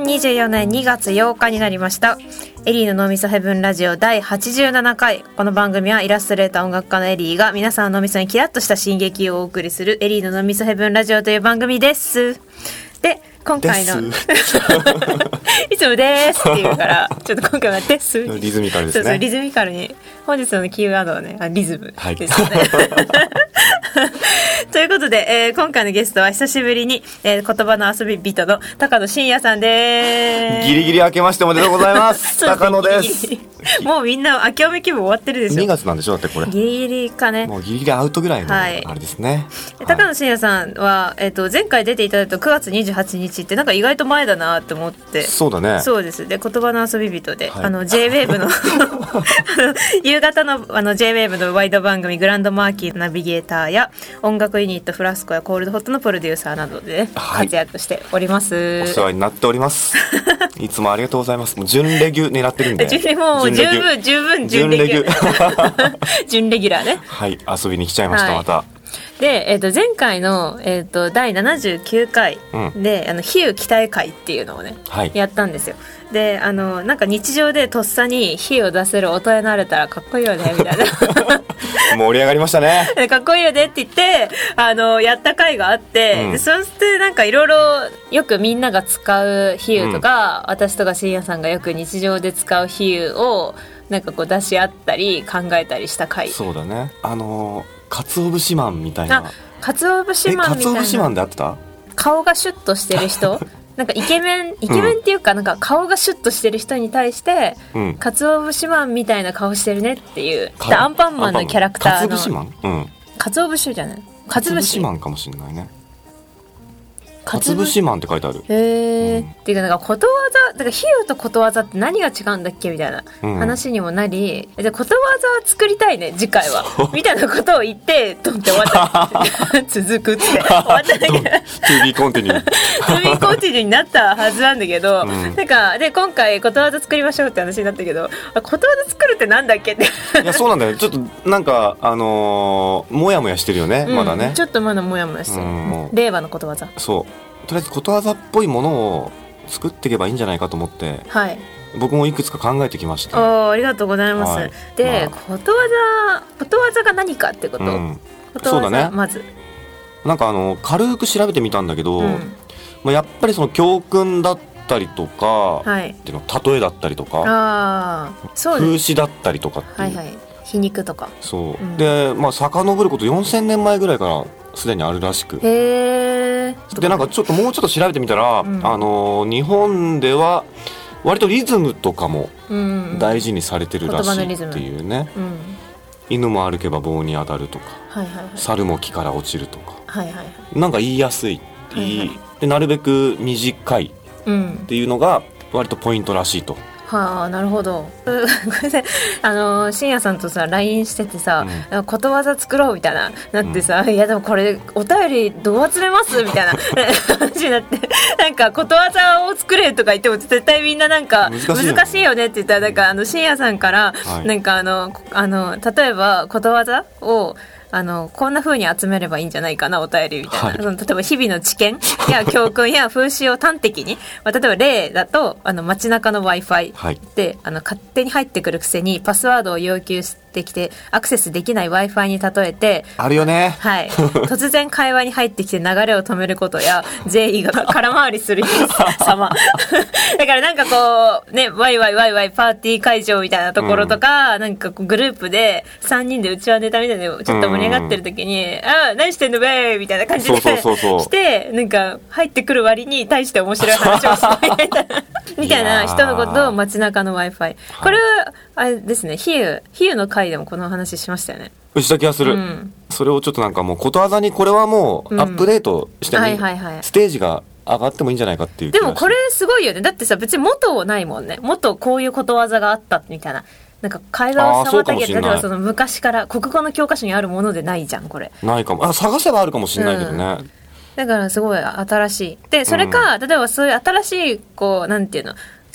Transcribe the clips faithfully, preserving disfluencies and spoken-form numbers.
んにじゅうよねんにがつようかになりました。エリーの脳みそヘブンラジオだいはちじゅうななかい。この番組はイラストレーター音楽家のエリーが皆さんの脳みそにキラッとした進撃をお送りするエリーの脳みそヘブンラジオという番組です。で今回のいつもですって言うからちょっと今回はですリズミカルですね。 そうそうリズミカルに本日のキーワードはねあリズムですね、はいということで、えー、今回のゲストは久しぶりに、えー、言葉の遊び人の高野真也さんです。 ギリギリ明けましておめでとうございます高野です。 ギリギリもうみんな明けおめ気分終わってるでしょ。 にがつなんでしょだってこれギリギリかね。 もうギリギリアウトぐらいのあれですね、 はい、高野真也さんは、えー、と前回出ていただいたくがつにじゅうはちにちってなんか意外と前だなって思って。 そうだね。 そうですで言葉の遊び人で、はい、あの J ウェーブの夕方の, あの J ウェーブのワイド番組グランドマーキーナビゲーターや音楽ユニットフラスコやコールドホットのプロデューサーなどで、ねはい、活躍しております。 お世話になっておりますいつもありがとうございます。もう準レギュ狙ってるんで準レもう十分十分準レギュ準レギュラーね。 はい遊びに来ちゃいました、はい、またで、えー、と前回の、えー、とだいななじゅうきゅうかいで、うん、あの比喩期待会っていうのをね、はい、やったんですよ。であのなんか日常でとっさに比喩を出せる大人になれたらかっこいいよねみたいな盛り上がりましたねかっこいいよねって言ってあのやった回があって、うん、でそしてなんかいろいろよくみんなが使う比喩とか、うん、私とか深夜さんがよく日常で使う比喩をなんかこう出し合ったり考えたりした回。 そうだねあの鰹節マンみたいな。 鰹節マンみたいな。 鰹節マンであってた顔がシュッとしてる人なんかイケメンイケメンっていうか、うん、なんか顔がシュッとしてる人に対して、うん、鰹節マンみたいな顔してるねっていうアンパンマンのキャラクターの鰹節マン、うん、 鰹節じゃない鰹節マンかもしれないね。鰹節マンって書いてある。 へえ、うん、っていうかなんかことわざだから比喩とことわざって何が違うんだっけみたいな話にもなり、うん、でことわざ作りたいね次回はみたいなことを言ってドンって終わった続くって終わったんだけど To be continue To be continue になったはずなんだけど、うん、なんかで今回ことわざ作りましょうって話になったけどことわざ作るってなんだっけっていやそうなんだよちょっとなんかあのー、もやもやしてるよね、うん、まだねちょっとまだもやもやしてる、うん、令和のことわざ。 そうとりあえずことわざっぽいものを作っていけばいいんじゃないかと思って、はい、僕もいくつか考えてきました。 あ, ありがとうございます、はい、で、まあ、ことわざことわざが何かってこと、うん、ことわざそうだねまずなんかあの軽く調べてみたんだけど、うんまあ、やっぱりその教訓だったりとか、はい、っていうの例えだったりとかあそう風刺だったりとかっていう、はいはい、 皮肉とかそう、うん、でまあ遡ることよんせんねんまえぐらいからすでにあるらしくへーでなんかちょっともうちょっと調べてみたら、うん、あの日本では割とリズムとかも大事にされてるらしいっていうね、うん、犬も歩けば棒に当たるとか、はいはいはい、猿も木から落ちるとか、はいはいはい、なんか言いやすい、はいはい、でなるべく短いっていうのが割とポイントらしいと。 はあ、なるほど。これであの深夜さんとさ ライン しててさ、うん、ことわざ作ろうみたいななってさ、うん、いやでもこれお便りどう集めますみたいな話になってなんかことわざを作れとか言っても絶対みんななんか難しいよ ね, 難しいよねって言ったらなんかあの深夜さんからなんかあの、あの例えばことわざをあのこんな風に集めればいいんじゃないかなお便りみたいな、はい、その例えば日々の知見や教訓や風刺を端的に、まあ、例えば例だとあの街中の Wi-Fi で、はい、あの勝手に入ってくるくせにパスワードを要求してきてアクセスできない Wi-Fi に例えてあるよね、 はい、突然会話に入ってきて流れを止めることや善意が空回りする様だからなんかこうねワイワイワイワイパーティー会場みたいなところとか、うん、なんかこうグループでさんにんでうちわネタみたいなのちょっと盛り上がってる時に、うん、あ何してんのべーみたいな感じでそうそうそうそうしてなんか入ってくる割に対して面白い話をしないみたいなみたいな人のことを街中の Wi-Fi これはあれですね比喩比喩の回でもこの話しましたよね。 した気がする、うん、それをちょっとなんかもうことわざにこれはもうアップデートしてみ、うんはいはいはい、ステージが上がってもいいんじゃないかっていう気がでもこれすごいよね。だってさ別に元ないもんね。元こういうことわざがあったみたいななんか会話を妨げる例えばその昔から国語の教科書にあるものでないじゃんこれ。 ないかもあ探せばあるかもしれないけどね、うん、だからすごい新しいでそれか、うん、例えばそういう新しいこうなんていうの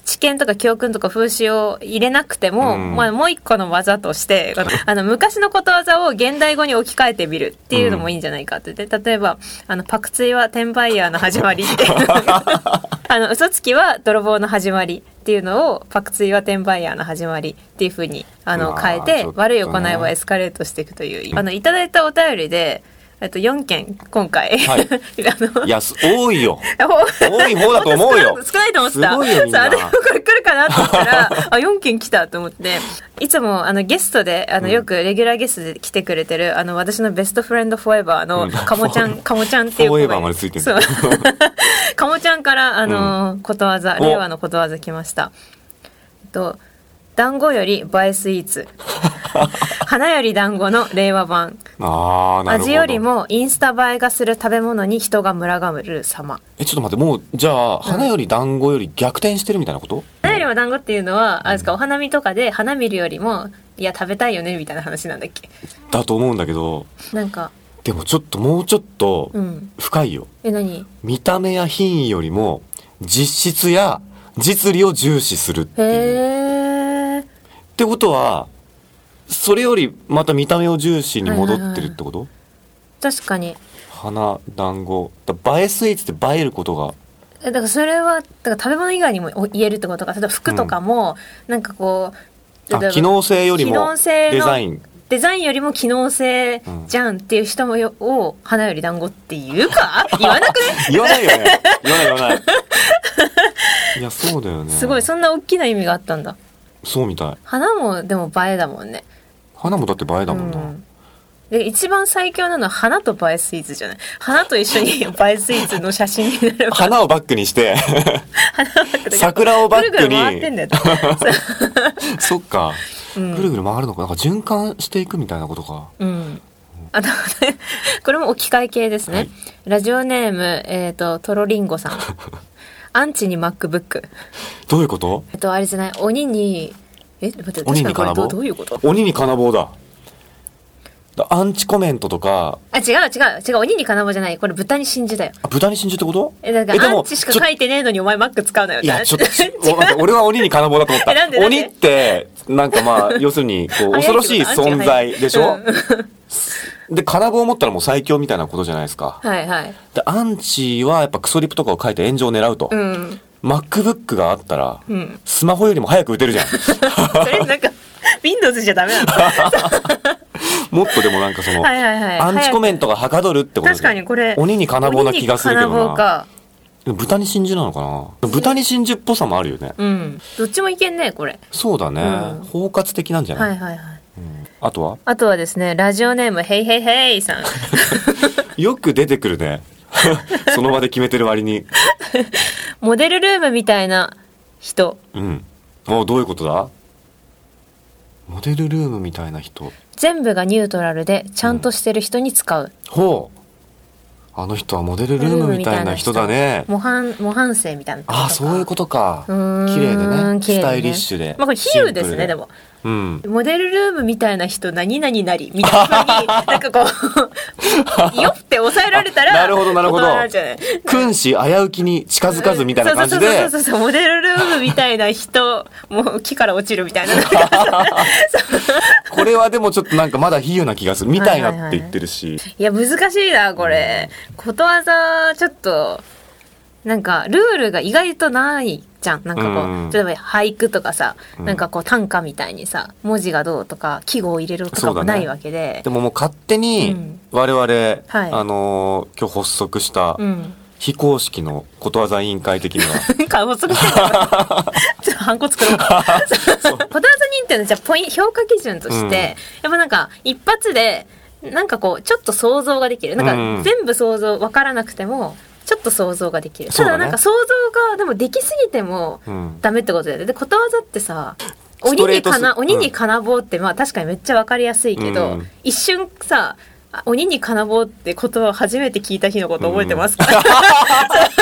知見とか教訓とか風刺を入れなくても、うん、まあ、もう一個の技としてあの昔のことわざを現代語に置き換えてみるっていうのもいいんじゃないかって言って、例えばあのパクツイは転売ヤーの始まりってあの嘘つきは泥棒の始まりっていうのをパクツイは転売ヤーの始まりっていう風にあの変えて、ね、悪い行いはエスカレートしていくという、あのいただいたお便りでえっとよんけん今回、はい、あのいや多いよ多い方だと思うよ少ないと思ってた。 すごいよみんな。 さあでもこれ来るかなと思ったらあよんけん来たと思って、いつもあのゲストであのよくレギュラーゲストで来てくれてる、うん、あの私のベストフレンドフォーエバーのかもちゃん、うん、かもちゃんっていう子がフォーエバーまでついてる。そうかもちゃんからあの、うん、ことわざ令和のことわざ来ました。えっと団子より映えスイーツ花より団子の令和版。 あー、なるほど。 味よりもインスタ映えがする食べ物に人が群がる様。 えちょっと待って、もうじゃあ、うん、花より団子より逆転してるみたいなこと？ 花よりも団子っていうのはあれですか、お花見とかで花見るよりもいや食べたいよねみたいな話なんだっけ？ だと思うんだけど、 なんかでもちょっともうちょっと深いよ、うん、 え何？ 見た目や品位よりも実質や実利を重視するっていう。 へー。 ってことはそれよりまた見た目を重視に戻ってるってこと？はいはいはい、 確かに。 花団子だ、映えスイーツって映えることが、 だからそれはだから食べ物以外にも言えるってことか。例えば服とかも、うん、なんかこうあ機能性よりもデザインデザインよりも機能性じゃんっていう人もよ、うん、を花より団子って言うか言わなくね言わないよね言わない言わないいやそうだよね。 すごい、そんな大きな意味があったんだ。 そうみたい。 花もでも映えだもんね。 花もだって映えだもんな、うん、 で一番最強なのは花と映えスイーツじゃない？花と一緒に映えスイーツの写真になれば花をバックにして桜をバックにぐるぐる回ってんだよそっか、うん、ぐるぐる回るのか、なんか循環していくみたいなことか。うん、 あとこれも置き換え系ですね、はい、ラジオネーム、えーと、トロリンゴさんアンチに MacBook。 どういうこと？ えっとあれじゃない、鬼にえ待って鬼に金棒。 どういうこと？ 鬼に金棒だ。アンチコメントとか。 あ違う違う違う、鬼に金棒じゃない、これ豚に真珠だよ。 あ豚に真珠ってこと？ えだからアンチしか書いてねえのにお前 Mac 使うなよ。 いやちょっと俺は鬼に金棒だと思ったなんでなんで鬼ってなんかまあ要するにこう恐ろしい存在でしょ、うん、で金棒を持ったらもう最強みたいなことじゃないですか。 はいはい。 でアンチはやっぱクソリプとかを書いて炎上を狙うと、うん、MacBook があったら、うん、スマホよりも早く打てるじゃんそれなんか Windows じゃダメなのもっとでもなんかその、 はいはいはい、 アンチコメントがはかどるってことです。 確かにこれ鬼に金棒な気がするけどな。 鬼に金棒か。 豚に真珠なのかな。豚に真珠っぽさもあるよね。 うん。どっちもいけんねこれ。 そうだね、うん、包括的なんじゃない？ はいはいはい。 うん、あとは？ あとはですね、ラジオネームヘイヘイヘイさんよく出てくるねその場で決めてる割にモデルルームみたいな人。 うん。おどういうことだ？モデルルームみたいな人。 全部がニュートラルでちゃんとしてる人に使う、うん、 ほう、あの人はモデルルームみたいな人だね。 模範模範生みたいな。 ああそういうことか。綺麗でね、スタイリッシュで、 まあ、これ比喩ですね。でも、うん、モデルルームみたいな人何々なりみたいな風になんかこうよって抑えられたらなるほどなるほど、君子危うきに近づかずみたいな感じで、 そうそうそうそう、モデルルームみたいな人もう木から落ちるみたいなこれはでもちょっとなんかまだ比喩な気がするみたいなって言ってるし、はいはいはい、 いや難しいなこれ、うん、ことわざちょっとなんかルールが意外とないじゃん。なんかこう、うん、例えば俳句とかさ、うん、なんかこう短歌みたいにさ文字がどうとか季語を入れるとかもないわけで、ね、 でももう勝手に我々、うんはい、あのー、今日発足した非公式のことわざ委員会的には発足してるちょっとハンコ作ろうかことわざ認定のじゃあポイン評価基準として、うん、やっぱなんか一発でなんかこうちょっと想像ができる、なんか全部想像分からなくてもちょっと想像ができる、ただなんか想像がでもできすぎてもダメってことだよね。でことわざってさ鬼にかな鬼に金棒ってまあ確かにめっちゃ分かりやすいけど、うん、一瞬さ鬼に金棒って言葉を初めて聞いた日のこと覚えてますか、うん、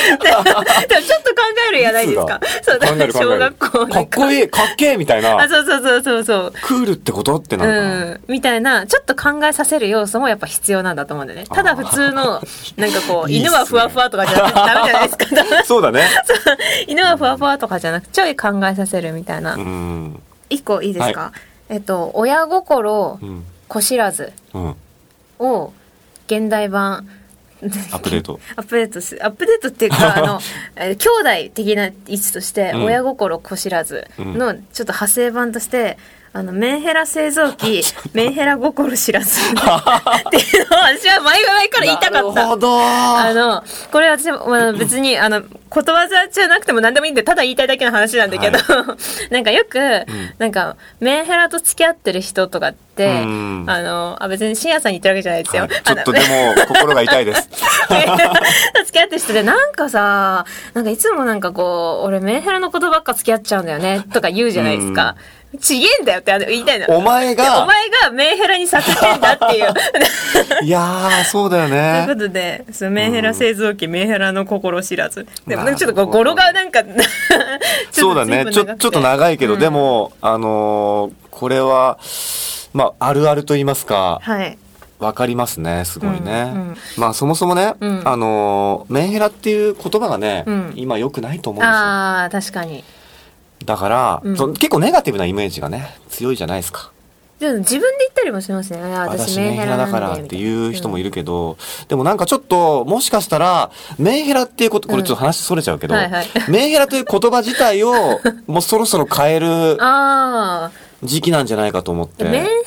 でもちょっと考えるやないですか。そうだから小学校かっこいいかっけえみたいな。 あ、そうそうそうそうそう。 クールってことってなるかな、 うん、みたいなちょっと考えさせる要素もやっぱ必要なんだと思うんだよね。ただ普通のなんかこういいっすね、 犬はふわふわとかじゃなくてダメじゃないですか。 そうだね。 犬はふわふわとかじゃなくちょい考えさせるみたいな。 うん、 一個いいですか、 はい、 えっと親心子知らずを現代版アップデートアップデートすアップデートっていうかあの兄弟的な位置として親心子知らずのちょっと派生版としてあのメンヘラ製造機メンヘラ心知らずっていうのを私は前々から言いたかった。 なるほど。 あのこれ私も、まあ、別にあのことわざじゃなくても何でもいいんでただ言いたいだけの話なんだけど、はい、なんかよく、うん、なんかメンヘラと付き合ってる人とかって、うん、あのあ別に深夜さんに言ってるわけじゃないですよ、はい、 ちょっとでも心が痛いです付き合ってる人でなんかさなんかいつもなんかこう俺メンヘラのことばっか付き合っちゃうんだよねとか言うじゃないですか。ちげえんだよって言いたいの。 お前がお前がメンヘラにさせてんだっていういやーそうだよね。 ということでそのメンヘラ製造機、うん、メンヘラの心知らずでもなんかちょっとこう語呂がなんかそうだねちょ、ちょっと長いけど、うん、でもあのー、これはまああるあると言いますか、はい、わかりますねすごいね、うんうん、まあそもそもね、うん、あのー、メンヘラっていう言葉がね、うん、今良くないと思うんですよ。 あー確かに。 だから、うん、そ結構ネガティブなイメージがね強いじゃないですか。 でも自分で言ったりもしますね。 私メンヘラだからっていう人もいるけど、うん、でもなんかちょっともしかしたらメンヘラっていうことこれちょっと話それちゃうけど、うんはいはい、メンヘラという言葉自体をもうそろそろ変える時期なんじゃないかと思って。 メンヘラって、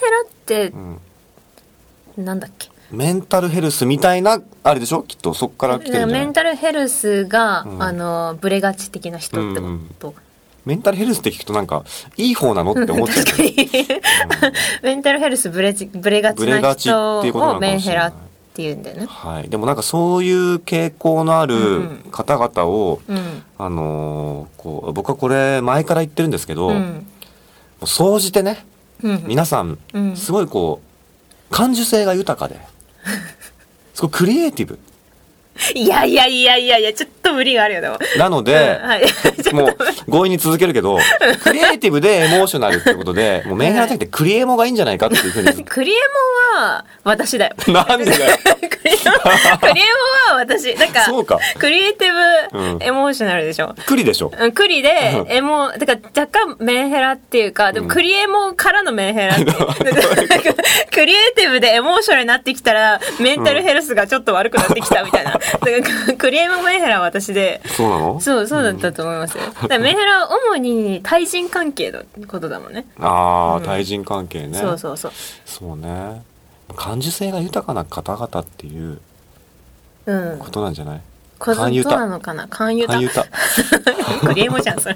うん、なんだっけメンタルヘルスみたいなあれでしょきっとそこから来てるんじゃない。 メンタルヘルスが、うん、あのブレがち的な人ってこと、うんメンタルヘルスって聞くとなんかいい方なのって思っちゃう、うん、 メンタルヘルスブレ、ブレがちな人をメンヘラっていうんだよね、 はい、でもなんかそういう傾向のある方々を、うん、あのー、こう僕はこれ前から言ってるんですけど、うん、総じてね、うん、皆さんすごいこう感受性が豊かですごいクリエイティブ。 いやいやいやいやいやちょっと無理があるよでも。 なので、うんはい、もう強引に続けるけどクリエイティブでエモーショナルってことでもうメンヘラじゃなくてクリエモがいいんじゃないかっていうふうにクリエモは私だよ。 なんでだよクリエモ、クリエモは私なんかそうかクリエイティブ、うん、エモーショナルでしょ。 クリでしょ。 クリでエモだから若干メンヘラっていうかでもクリエモからのメンヘラっていう、うん、クリエイティブでエモーショナルになってきたらメンタルヘルスがちょっと悪くなってきたみたいな、うんだからクリエモメンヘラは私で。 そうなの？ そうそうだったと思いますよ。だからメンヘラは主に対人関係のことだもんね。 ああ、うん、対人関係ね。 そうそうそう。 そうね。感受性が豊かな方々っていうことなんじゃない？ うん。寛裕なのかな？寛裕寛裕た。 クリエモじゃんそれ。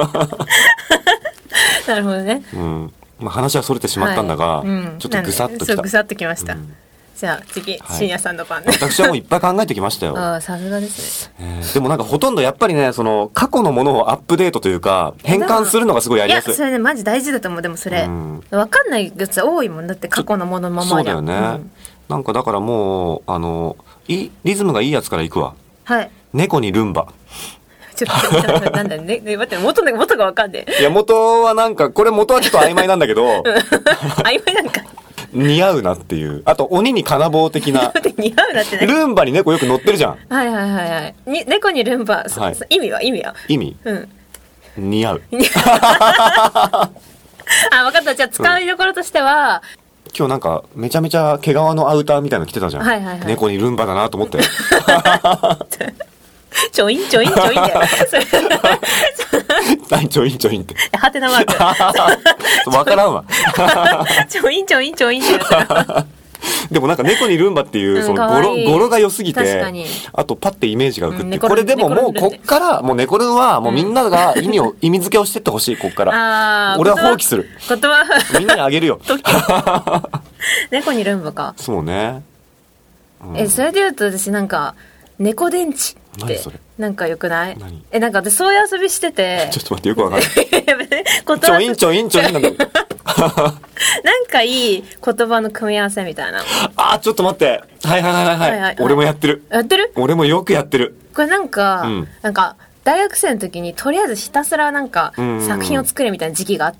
なるほどね。 うん。まあ話はそれてしまったんだが、はいうん、ちょっとぐさっときた。 そうぐさっときました。うんじゃあ次、はい、深夜さんの番ね。 私はもういっぱい考えてきましたよ。 ああ、さすがですね、 えー。でもなんかほとんどやっぱりね、その過去のものをアップデートというか変換するのがすごいやりやすい。 いや、それねマジ大事だと思う。でもそれ、うん、分かんないやつ多いもんだって過去のもののままそうだよね、うん。なんかだからもうあのいリズムがいいやつからいくわ。はい。猫にルンバ。 ちょっと待ってなんだね、ね、待って元の元が分かんねえ。 いや元はなんかこれ元はちょっと曖昧なんだけど。 曖昧なんか。 似合うなっていう。あと鬼に金棒的な似合うなってルンバに猫よく乗ってるじゃん。 はいはいはいはいに猫にルンバ、はい、意味は意味は意味、うん、似合うあ分かった。じゃあ使いどころとしては、 うん、今日なんかめちゃめちゃ毛皮のアウターみたいなの着てたじゃん、はいはいはい、猫にルンバだなと思ってちょいんちょいんちょいんだよ何ちょいんちょいんってはてなマーク分からんわちょいんちょいんちょいんってでもなんか猫にルンバっていう、うん、その語呂、語呂が良すぎてあとパッてイメージが浮くって、うん、これでももうこっからもう猫ルンはもうみんなが意味を、うん、意味付けをしてってほしい。こっからあ俺は放棄する。 ことはみんなにあげるよ猫にルンバか。 そうね、 うん、えそれで言うと私なんか猫電池ってなんかよくない？えなんか私そういう遊びしててちょっと待ってよくわかんないちょいんちょいんちょいんなんだなんかいい言葉の組み合わせみたいな。 あ、ちょっと待って。はいはいはいはい。はいはいはい、俺もやってる。 やってる？ 俺もよくやってる。 これなんか、うん、なんか、大学生の時にとりあえずひたすらなんか作品を作れみたいな時期があって、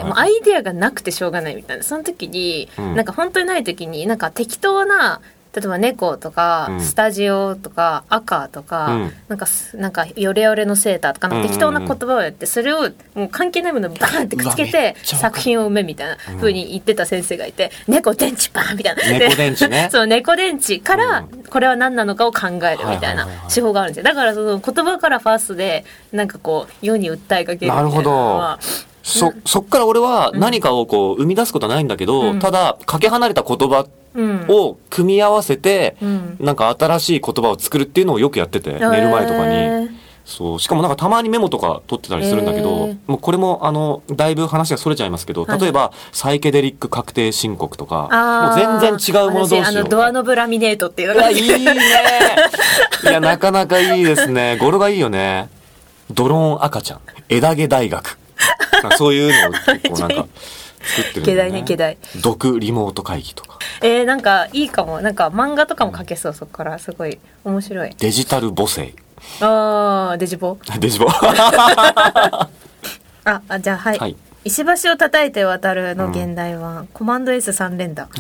もうアイデアがなくてしょうがないみたいな。その時に、うん、なんか本当にない時になんか適当な、例えば猫とか、うん、スタジオとか赤とか、うん、なんかなんかヨレヨレのセーターとか、なんか適当な言葉をやって、それをもう関係ないものをバーンってくっつけて作品を埋めみたいな風に言ってた先生がいて、うん、猫電池バーンみたいな、 猫電池ねそう猫電池からこれは何なのかを考えるみたいな手法があるんですよ。だからその言葉からファーストでなんかこう世に訴えかけるみたいなのは。 なるほど。そ, そっから俺は何かをこう生み出すことはないんだけど、うん、ただかけ離れた言葉を組み合わせて、うん、なんか新しい言葉を作るっていうのをよくやってて、うん、寝る前とかに。そう、しかもなんかたまにメモとか取ってたりするんだけど、えー、もうこれもあのだいぶ話がそれちゃいますけど、例えば、はい、サイケデリック確定申告とか、もう全然違うもの同士を。 あのドアノブラミネートっていうのがいいね。いやなかなかいいですね。語呂がいいよね。ドローン赤ちゃん、枝毛大学。そういうのを結構なんか作ってるんだよね。 下題ね下題。 読リモート会議とか。 えー、なんかいいかも。なんか漫画とかも書けそう、うん、そっからすごい面白い。 デジタル母性。 あーデジボ。 デジボ。 ああじゃあはい。はい、石橋を叩いて渡るの現代は、うん、コマンド エスさん 連打。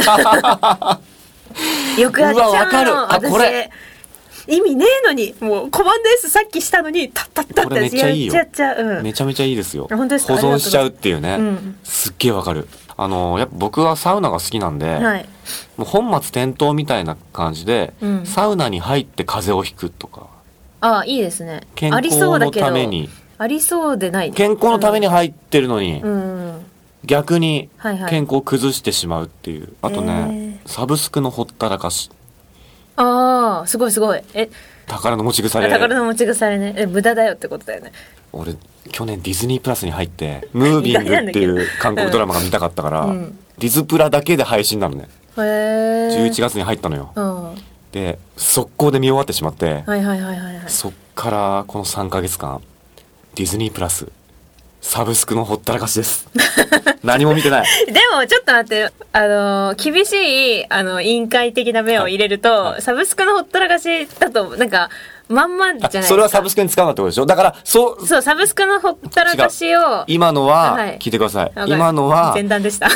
よくやっちゃうの。うわ分かる。あこれ。意味ねえのにもうコマンド エス さっきしたのにタッタッタッってめっちゃいいよ。 やっちゃう、うん、 めちゃめちゃいいですよ。 本当ですか？ 保存しちゃうっていうね、うん、すっげえわかる。あのやっぱ僕はサウナが好きなんで、はい、もう本末転倒みたいな感じで、うん、サウナに入って風邪をひくとか。 ああいいですね。 健康のためにありそうでない。 健康のために入ってるのに、うん、逆に健康を崩してしまうっていう、はいはい、あとね、えー、サブスクのほったらかし。 ああすごいすごい。え宝の持ち腐れ。 宝の持ち腐れね。え無駄だよってことだよね。 俺去年ディズニープラスに入ってムービングっていう韓国ドラマが見たかったから、うん、ディズプラだけで配信なのね。 へじゅういちがつに入ったのよ、うん、で速攻で見終わってしまって、 はいはいはいはい、はい、 そっからこのさんかげつかんディズニープラスサブスクのほったらかしです何も見てない。 でもちょっと待って、あのー、厳しいあの委員会的な目を入れると、はいはい、サブスクのほったらかしだとなんかまんまじゃないですか。 それはサブスクに使うなってことでしょ。だからそうそうサブスクのほったらかしを今のは、はい、聞いてください。今のは前段でした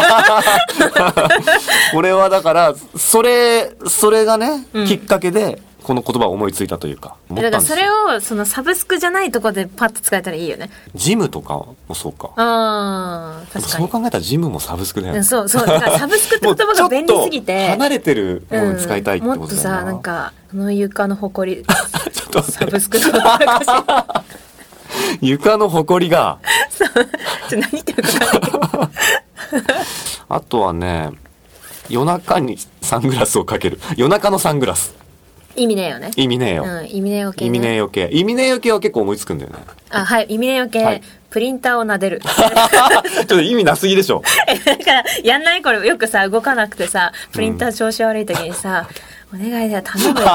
これはだからそれそれがね、うん、きっかけでこの言葉を思いついたというか。 だからそれをそのサブスクじゃないところでパッと使えたらいいよね。 ジムとかもそうか。 ああ確かに。 そう考えたらジムもサブスクだよね。 うん、そうそうだからサブスクって言葉が便利すぎて離れてるものに使いたいってことだよな、うん、もっとさなんかこの床のほこりちょっとサブスクのほったらかし床のほこりがそうちょ何言ってるか分かんないけどあとはね夜中にサングラスをかける。夜中のサングラス意味ねえよね。 意味ねえよ、 うん、意味ねえよ系、ね、 意味ねえよ系意味ねえよ系は結構思いつくんだよね。 あはい意味ねえよ系、はい、プリンターを撫でるちょっと意味なすぎでしょだからやんないこれよくさ動かなくてさプリンター調子悪い時にさ、うん、お願いだよ頼むよ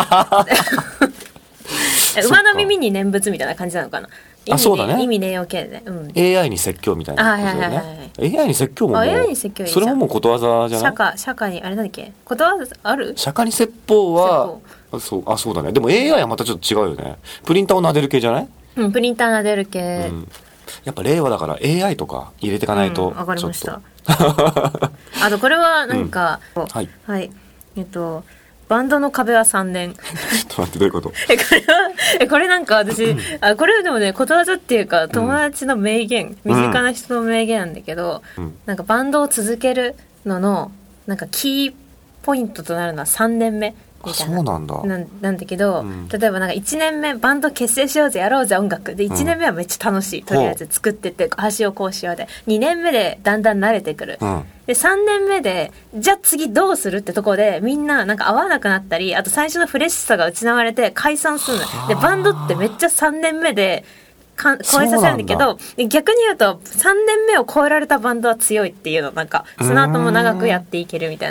馬の耳に念仏みたいな感じなのかな。 あそうだね。 意味ねえよ系で、うん、 エーアイ に説教みたいなことだよね。はいはいはいはい、エーアイ に説教ももうエーアイ に説教いいじゃん。 それももうことわざじゃない。 釈迦釈迦にあれなんだっけことわざある。 釈迦に説法はあ そう、あそうだね。でも エーアイ はまたちょっと違うよね。プリンターを撫でる系じゃない。 うんプリンター撫でる系、うん、 やっぱ令和だから エーアイ とか入れていかないと、うん、 分かりましたあとこれはなんか、 うん、はい、 はい、えっとバンドの壁はさんねんちょっと待ってどういうことえこれはえこれなんか私あこれでもねことわざっていうか友達の名言、うん、身近な人の名言なんだけど、うん、なんかバンドを続けるののなんかキーポイントとなるのはさんねんめみたいな。 そうなんだ。 な ん, なんだけど、うん、例えばなんかいちねんめバンド結成しようぜやろうぜ音楽でいちねんめはめっちゃ楽しい、うん、とりあえず作ってってああしようこうしようでにねんめでだんだん慣れてくる、うん、でさんねんめでじゃあ次どうするってとこでみんななんか合わなくなったりあと最初のフレッシュさが失われて解散するのでバンドってめっちゃさんねんめで超えさせるんだけど逆に言うとさんねんめを超えられたバンドは強いっていうのなんかその後も長くやっていけるみたいな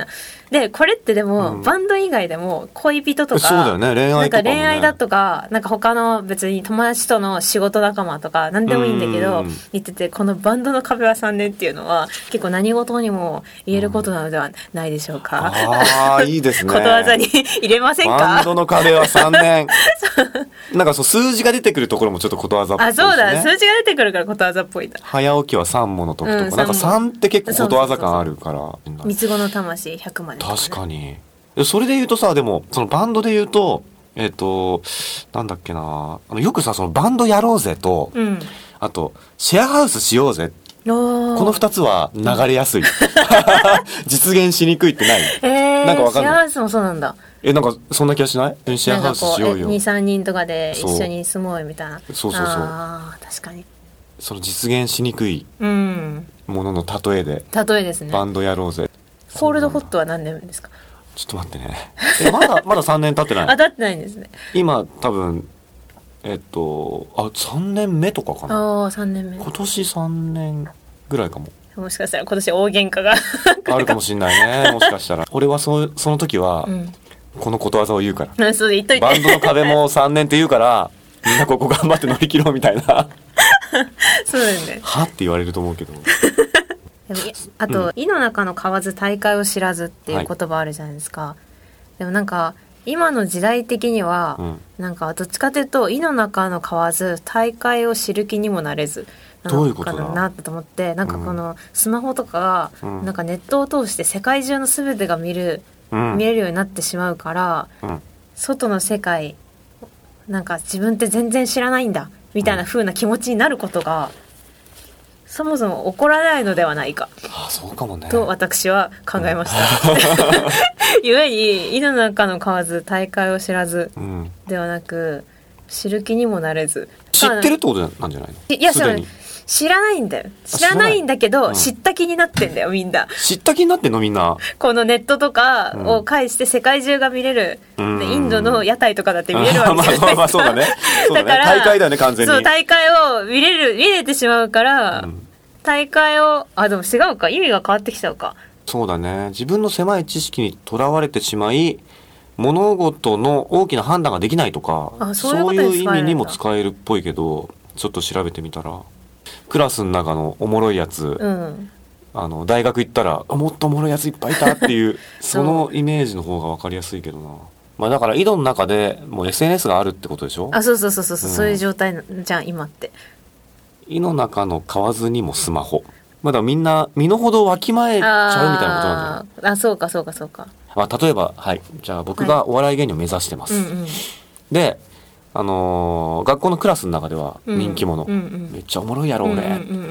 でこれってでも、うん、バンド以外でも恋人とか、 そうだよね、恋愛とかもね、 なんか恋愛だとかなんか他の別に友達との仕事仲間とか何でもいいんだけど、言ってて、このバンドの壁はさんねんっていうのは結構何事にも言えることなのではないでしょうか、 うん、ああいいですねことわざに入れませんか。 バンドの壁はさんねんなんかそう数字が出てくるところもちょっとことわざっぽいですね。 あ、そうだ、数字が出てくるからことわざっぽいんだ。 早起きはさんもの時とか、うん、なんかさんって結構ことわざ感あるから、 三つ子の魂ひゃくまでとか、ね、 確かに。それで言うとさ、でもそのバンドで言うとえっ、ー、となんだっけな、あのよくさそのバンドやろうぜと、うん、あとシェアハウスしようぜ、このふたつは流れやすい実現しにくいってない？ えー、 なんかわかんない。 シェアハウスもそうなんだ。 え、なんかそんな気がしない？シェアハウスしようよ。 に、さんにんとかで一緒に住もうよみたいな。 そうそうそう。 あ、確かに。 その実現しにくいものの例えで、 うん、例えですね。 バンドやろうぜ。 コールドホットは何年ですか？ ちょっと待ってね。え、まだまださんねん経ってない。 あ、経ってないんですね。 今多分えっとあさんねんめとかかな。 ああ、さんねんめ。 今年さんねんぐらいかも。 もしかしたら今年大喧嘩があるかもしれないね。もしかしたら。俺はそその時は、うん、このことわざを言うから。 そう言っといて。 バンドの壁もさんねんって言うからみんなここ頑張って乗り切ろうみたいな。 そうだよね。 はって言われると思うけど。 でもあと、うん、井の中の蛙大海を知らずっていう言葉あるじゃないですか、はい、でもなんか今の時代的には、うん、なんかどっちかというと井の中の蛙大海を知る気にもなれずなのかなと思って、なんかこのスマホとか、うん、なんかネットを通して世界中の全てが見る、うん、見えるようになってしまうから、うん、外の世界なんか自分って全然知らないんだみたいな風な気持ちになることが、そもそも起こらないのではないか、 ああそうかもねと私は考えました、うん、ゆえに井の中の蛙大海を知らず、うん、ではなく知る気にもなれず、 知ってるってことなんじゃないの？ いや、そう知らないんだよ。知らないんだけど、うん、知った気になってんだよみんな。 知った気になってんのみんな。 このネットとかを介して世界中が見れる、うん、インドの屋台とかだって見れるわけじゃないですか。まあまあそうだね。そうだね。だから大会だよね完全に。 そう、大会を見れる見れてしまうから、うん、大会をあでも違うか、意味が変わってきちゃうか。 そうだね。自分の狭い知識にとらわれてしまい、物事の大きな判断ができないとか、 あ、そういうそういう意味にも使えるっぽいけど、ちょっと調べてみたら。クラスの中のおもろいやつ、うん、あの大学行ったらもっとおもろいやついっぱいいたっていうそのイメージの方が分かりやすいけどな。まあだから井戸の中でもう エスエヌエス があるってことでしょ。 あ、そうそうそうそう、うん、そういう状態じゃん今って。 井の中の蛙にもスマホ、まだみんな身の程をわきまえちゃうみたいなことなんじゃない？ ああ、そうかそうかそうか。 まあ、例えばはいじゃあ僕がお笑い芸人を目指してます、はい、うんうん、であのー、学校のクラスの中では人気者、うんうんうん、めっちゃおもろいやろ俺、うんうんうん、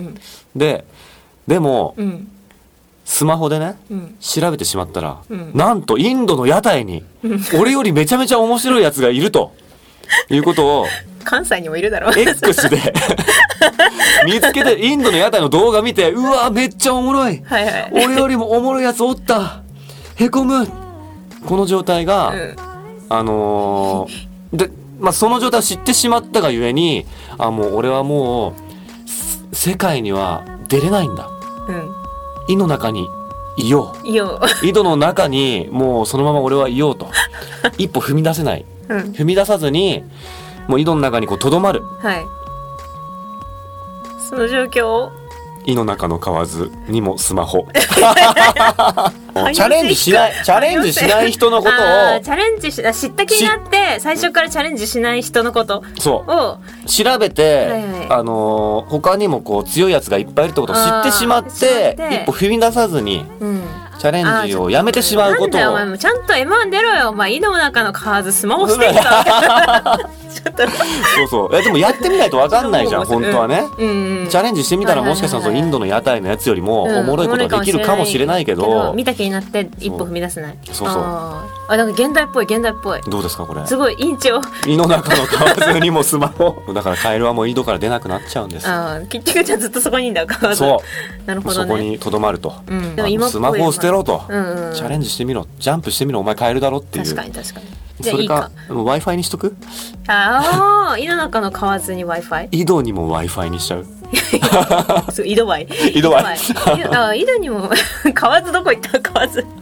ででも、うん、スマホでね、うん、調べてしまったら、うん、なんとインドの屋台に、うん、俺よりめちゃめちゃ面白いやつがいるということを関西にもいるだろう X で見つけてインドの屋台の動画見て、うわめっちゃおもろい、はいはい、俺よりもおもろいやつおったへこむ、この状態が、うん、あのー、でまあ、その状態を知ってしまったがゆえに、あもう俺はもう世界には出れないんだ、うん、井の中にいよう、いよう井戸の中にもうそのまま俺はいようと一歩踏み出せない、うん、踏み出さずにもう井戸の中にこうとどまる、はい、 その状況を井の中の蛙にもスマホチャレンジしないチャレンジしない人のことをチャレンジし知った気になって最初からチャレンジしない人のことをそう調べて、はいはい、あのー、他にもこう強いやつがいっぱいいるってことを知ってしまって一歩踏み出さずに、うん、チャレンジをやめてしまうことを。なんだよお前もちゃんと エムワン 出ろよお前、井の中の蛙スマホしてんかちょっとそうそう、えでもやってみないと分かんないじゃん本当はね、うんうん、チャレンジしてみたらもしかしたらそのインドの屋台のやつよりもおもろいことができるかもしれないけど、 うん、見た気になって一歩踏み出せない。 そうそう、 ああなんか現代っぽい現代っぽい。 どうですかこれ。 すごい院長井の中の蛙にもスマホだからカエルはもう井戸から出なくなっちゃうんです。 あ結局じゃあずっとそこにいんだ蛙。 そうなるほど、ね、そこにとどまると、うん、でも今スマホを捨てろと、うんうん、チャレンジしてみろ、ジャンプしてみろ、お前カエルだろっていう。確かに確かに。じゃあいいか、それか Wi-Fi にしとく。 ああ井の中の蛙に Wi-Fi 井戸にも Wi-Fi にしちゃうそう井戸 Wi 井戸 Wi あ井戸にも蛙どこ行った蛙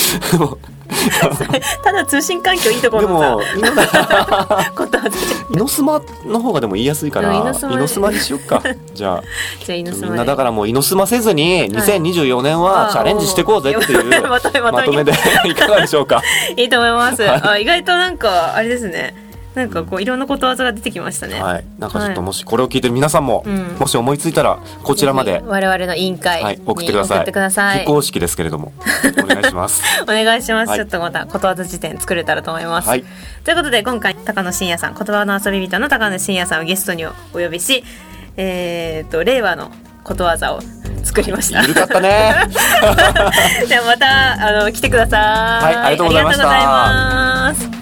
ただ通信環境いいところのさ、でもことわざイノスマの方がでも言いやすいからイノスマにしよっか。じゃあじゃあイノスマみんなだからもうイノスマせずににせんにじゅうよねんはチャレンジしていこうぜっていうまとめでいかがでしょうか。 いいと思います、はい、あ意外となんかあれですね、なんかこういろんなことわざが出てきましたね。 はい、なんかちょっともしこれを聞いてる皆さんも、はい、もし思いついたらこちらまで我々の委員会に、はい、 送ってください。送ってください。非公式ですけれどもお願いします。 お願いします、はい。ちょっとまたことわざ辞典作れたらと思います。はい、ということで今回高野真也さん、言葉の遊び人の高野真也さんをゲストにお呼びし、えー、と令和のことわざを作りました。 緩かったね。 じゃあまたあの来てください。 はい、ありがとうございました。 ありがとうございます。